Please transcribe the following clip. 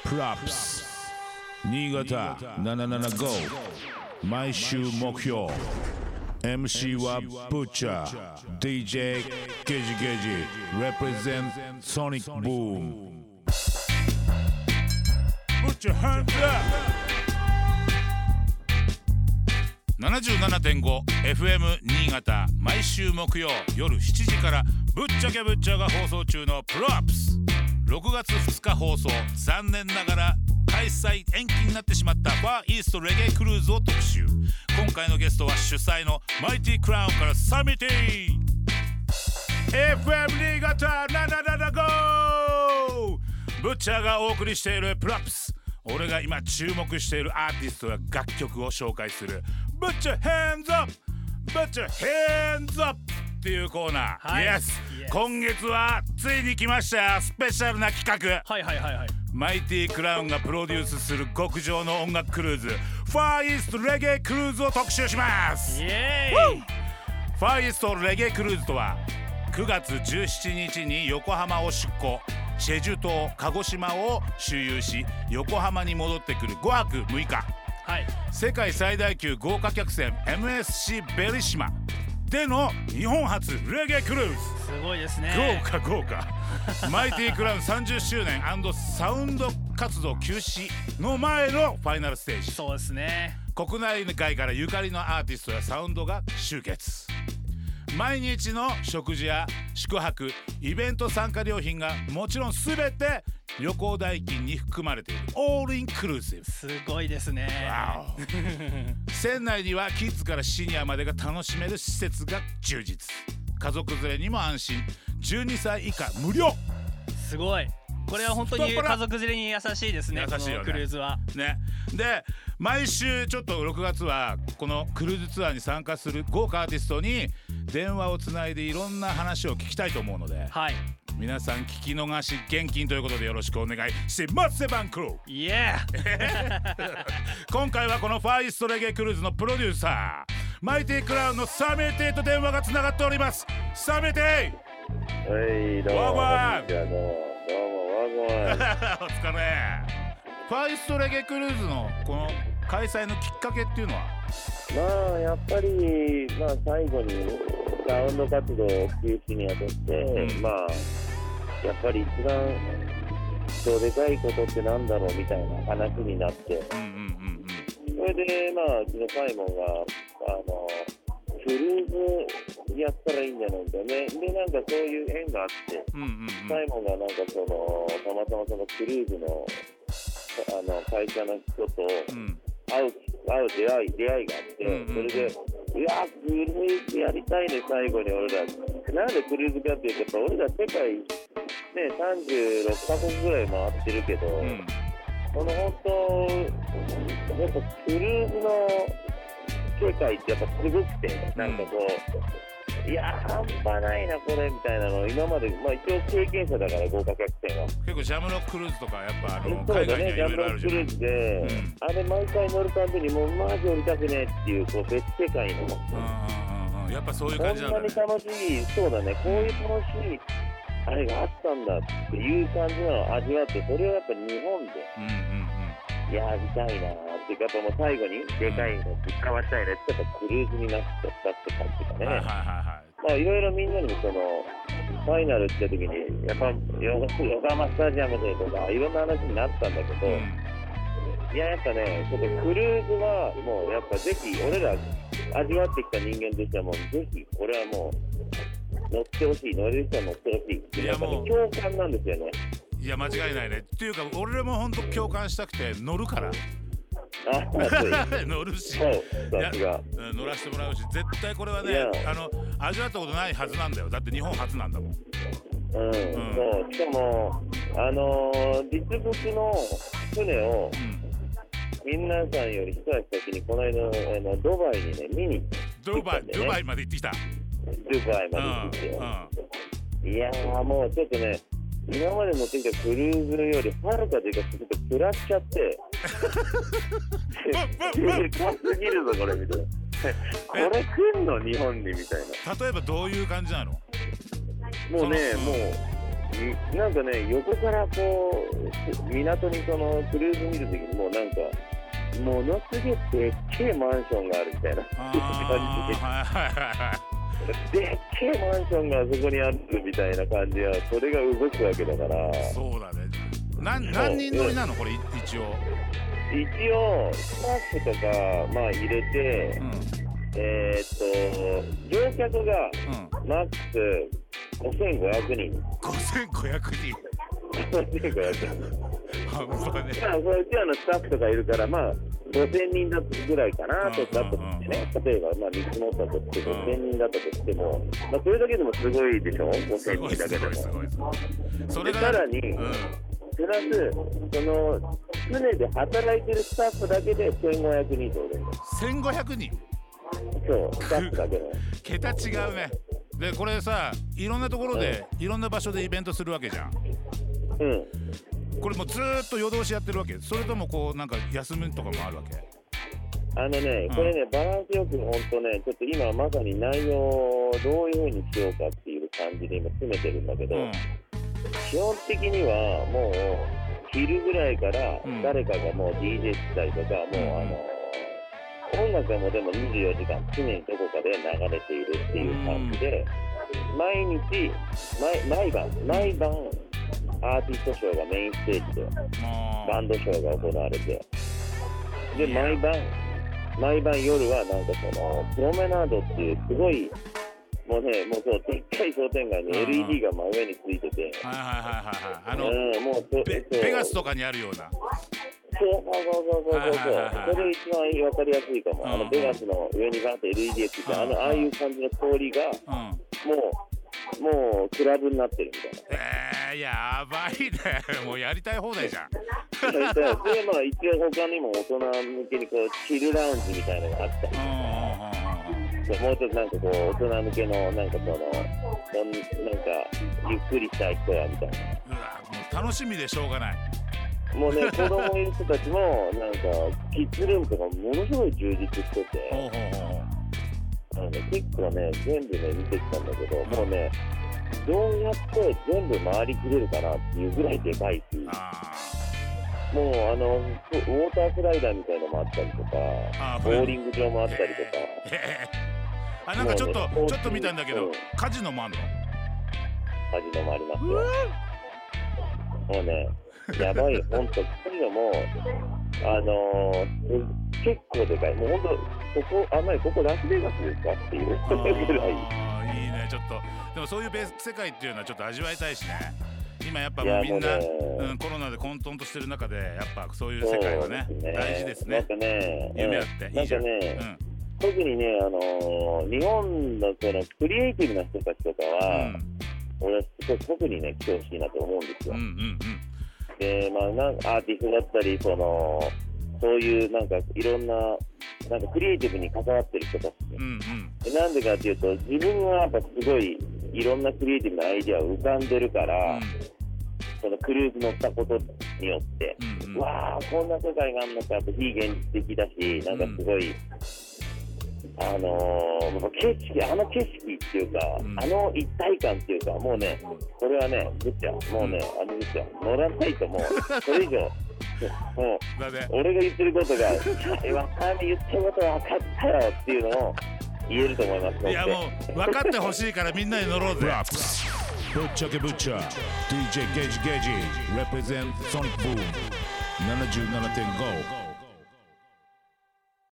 プラップス新潟775毎週目標 MC はブッチャー DJ ゲジゲジ represent Sonic Boom Put your hands up77.5FM 新潟毎週木曜夜7時からぶっちゃけぶっちゃが放送中のプロアップス6月2日放送残念ながら開催延期になってしまったファーイーストレゲエクルーズを特集。今回のゲストは主催のマイティクラウンからサミティ FM 新潟775ブッチャーがお送りしているプロアップス、俺が今注目しているアーティストや楽曲を紹介するブッチャーヘンズアップブッチャーヘンズアップっていうコーナー、 はい、 Yes、今月はついに来ましたよ。スペシャルな企画、マイティクラウンがプロデュースする極上の音楽クルーズファーイーストレゲエクルーズを特集します。イエーイ。ファーイーストレゲエクルーズとは9月17日に横浜を出港、チェジュ島鹿児島を周遊し横浜に戻ってくる5泊6日、はい、世界最大級豪華客船 MSC ベリシマでの日本初レゲエクルーズ。 すごいですね。 豪華マイティクラウン30周年&サウンド活動休止の前のファイナルステージ。 そうですね。 国内外からゆかりのアーティストやサウンドが集結。毎日の食事や宿泊、イベント参加料品がもちろん全て旅行代金に含まれているオールインクルーシブ。 すごいですね。 船内にはキッズからシニアまでが楽しめる施設が充実。家族連れにも安心。12歳以下無料。 すごい。これは本当に家族連れに優しいですね。 優しいよね、 このクルーズはね。で毎週ちょっと6月はこのクルーズツアーに参加する豪華アーティストに電話をつないでいろんな話を聞きたいと思うので、はい、皆さん聞き逃し厳禁ということでよろしくお願いしますセバンクルー。 イエー今回はこのファーイーストレゲエクルーズのプロデューサーマイティクラウンのサミティと電話がつながっております。サミティ。 はい、どうもワンワン。 どうもお疲れ。ファーイーストレゲエクルーズのこの開催のきっかけっていうのは、 まあやっぱり最後にサウンド活動を休止にあたって、まあやっぱり一番どでかいことってなんだろうみたいな話になって、それでうちのサイモンがクルーズやったらいいんじゃないんだよね。でなんかそういう縁があって、サイモンがなんかたまたまそのクルーズの会社の人と会う出会いがあって、それでいやクルーズやりたいね。最後に俺らなんでクルーズかっていうと、俺ら世界ね36カ国ぐらい回ってるけど、この本当やっぱクルーズの世界ってやっぱすごくて、なんかこういや半端ないなこれみたいなのを今まで、一応経験者だから豪華客船は結構ジャムロッククルーズとかやっぱ海外にはいろいろあるじゃん。ジャムロッククルーズで、あれ毎回乗るたんびにもうマジ降りたくねえっていうこう別世界のやっぱそういう感じなんだね。 こんなに楽しい、そうだね、こういう楽しいあれがあったんだっていう感じなのを味わって、それをやっぱ日本でやりたいなっていうか、もう最後にでかいのぶっかわしたいねってやっぱクルーズになっちゃったって感じかね。いろいろみんなにそのファイナルって時にやっぱ横浜スタジアムでとかいろんな話になったんだけど、いややっぱねちょっとクルーズはもうやっぱぜひ俺ら味わってきた人間としてはもうぜひこれはもう乗ってほしい、乗れる人は乗ってほしい。やっぱり共感なんですよね。 いや間違いないね。っていうか俺らも本当共感したくて乗るから乗るし、乗らせてもらうし、絶対これはね味わったことないはずなんだよ。だって日本初なんだもん。 そうしかも実物の船を皆さんより一足先にこの間ドバイにね見に行って、 ドバイまで行ってきた。 ドバイまで行ってきて、いやーもうちょっとね今まで乗ってきたクルーズよりはるかというかちょっと食らっちゃって怖すぎるぞこれみたいなこれ来んの日本にみたいな。 例えばどういう感じなの？ もうねもうなんかね、横からこう港にそのクルーズ見るときにもうなんかものすげえでっけえマンションがあるみたいな感じで、でっけえマンションがそこにあるみたいな感じは、それが動くわけだから。 そうだね。何人乗りなのこれ一応スタッフとかまあ入れて、乗客がマックス5500人。 5500人 5500人。 半端ね。 うちらのスタッフとかいるから、まあ5000人だったぐらいかなとだとしてね、例えばまあ見積もったとして5000人だったとしても、まあそれだけでもすごいでしょ、5000人だけでも。 それがさらに、プラスその船で働いてるスタッフだけで1500人とるんだ。 1500人。 そう、スタッフだけの桁違うね。でこれさ、いろんなところで、いろんな場所でイベントするわけじゃん。これもずーっと夜通しやってるわけ？それともこうなんか休むとかもあるわけ？ これね、バランスよくほんとね、ちょっと今まさに内容をどういう風にしようかっていう感じで今詰めてるんだけど、基本的にはもう昼ぐらいから誰かがもう DJ したりとか、もう音楽はもうでも24時間常にどこかで流れているっていう感じで、毎晩アーティストショーがメインステージでバンドショーが行われて、で毎晩夜はなんかそのプロメナードっていうすごいもうそうでっかい商店街に LED が真上についてて、 もうベガスとかにあるような。 そう、それ一番分かりやすいかも。ベガスの上にバーって LED ついて、ああいう感じの通りがもうクラブになってるみたいな。 やばいね。もうやりたい放題じゃん。 でまあ一応他にも大人向けにこうチルラウンジみたいなのがあったりとか、もうちょっとなんかこう大人向けのなんかなんかゆっくりしたい人やみたいな。 もう楽しみでしょうがない。 もうね、子供いる人たちもなんかキッズルームとかものすごい充実してて、結構ね全部ね見てきたんだけど、もうねどうやって全部回りきれるかなっていうぐらいでかいし、もうウォータースライダーみたいのもあったりとか、ボーリング場もあったりとか、 なんかちょっと見たんだけど、カジノもあんの？ カジノもありますよ。もうねやばい、ほんと、カジノも結構でかい。もうほんとここラスベガスですかっていうぐらい。 いいね。ちょっとでもそういう世界っていうのはちょっと味わいたいしね。今やっぱもうみんなコロナで混沌としてる中で、やっぱそういう世界はね大事ですね。 なんかね、 夢あっていいじゃん。 特にね日本のそのクリエイティブな人たちとかは、俺は特にね来てほしいなと思うんですよ。でまあアーティストだったりそういうなんかいろんななんかクリエイティブに関わってる人たち、なんでかっていうと、自分はやっぱすごいいろんなクリエイティブなアイデアを浮かんでるから、そのクルーズ乗ったことによって、わあこんな世界があるのかって非現実的だし、なんかすごい景色っていうか、一体感っていうか、もうねこれはねぶっちゃもうねですよ、乗らないともうそれ以上もう俺が言ってることがわかん言ってること分かったよっていうのを言えると思います。 いやもう分かってほしいからみんなに乗ろうぜ。ぶっちゃけぶっちゃ DJ ゲージ represent Sonic Boom 77.5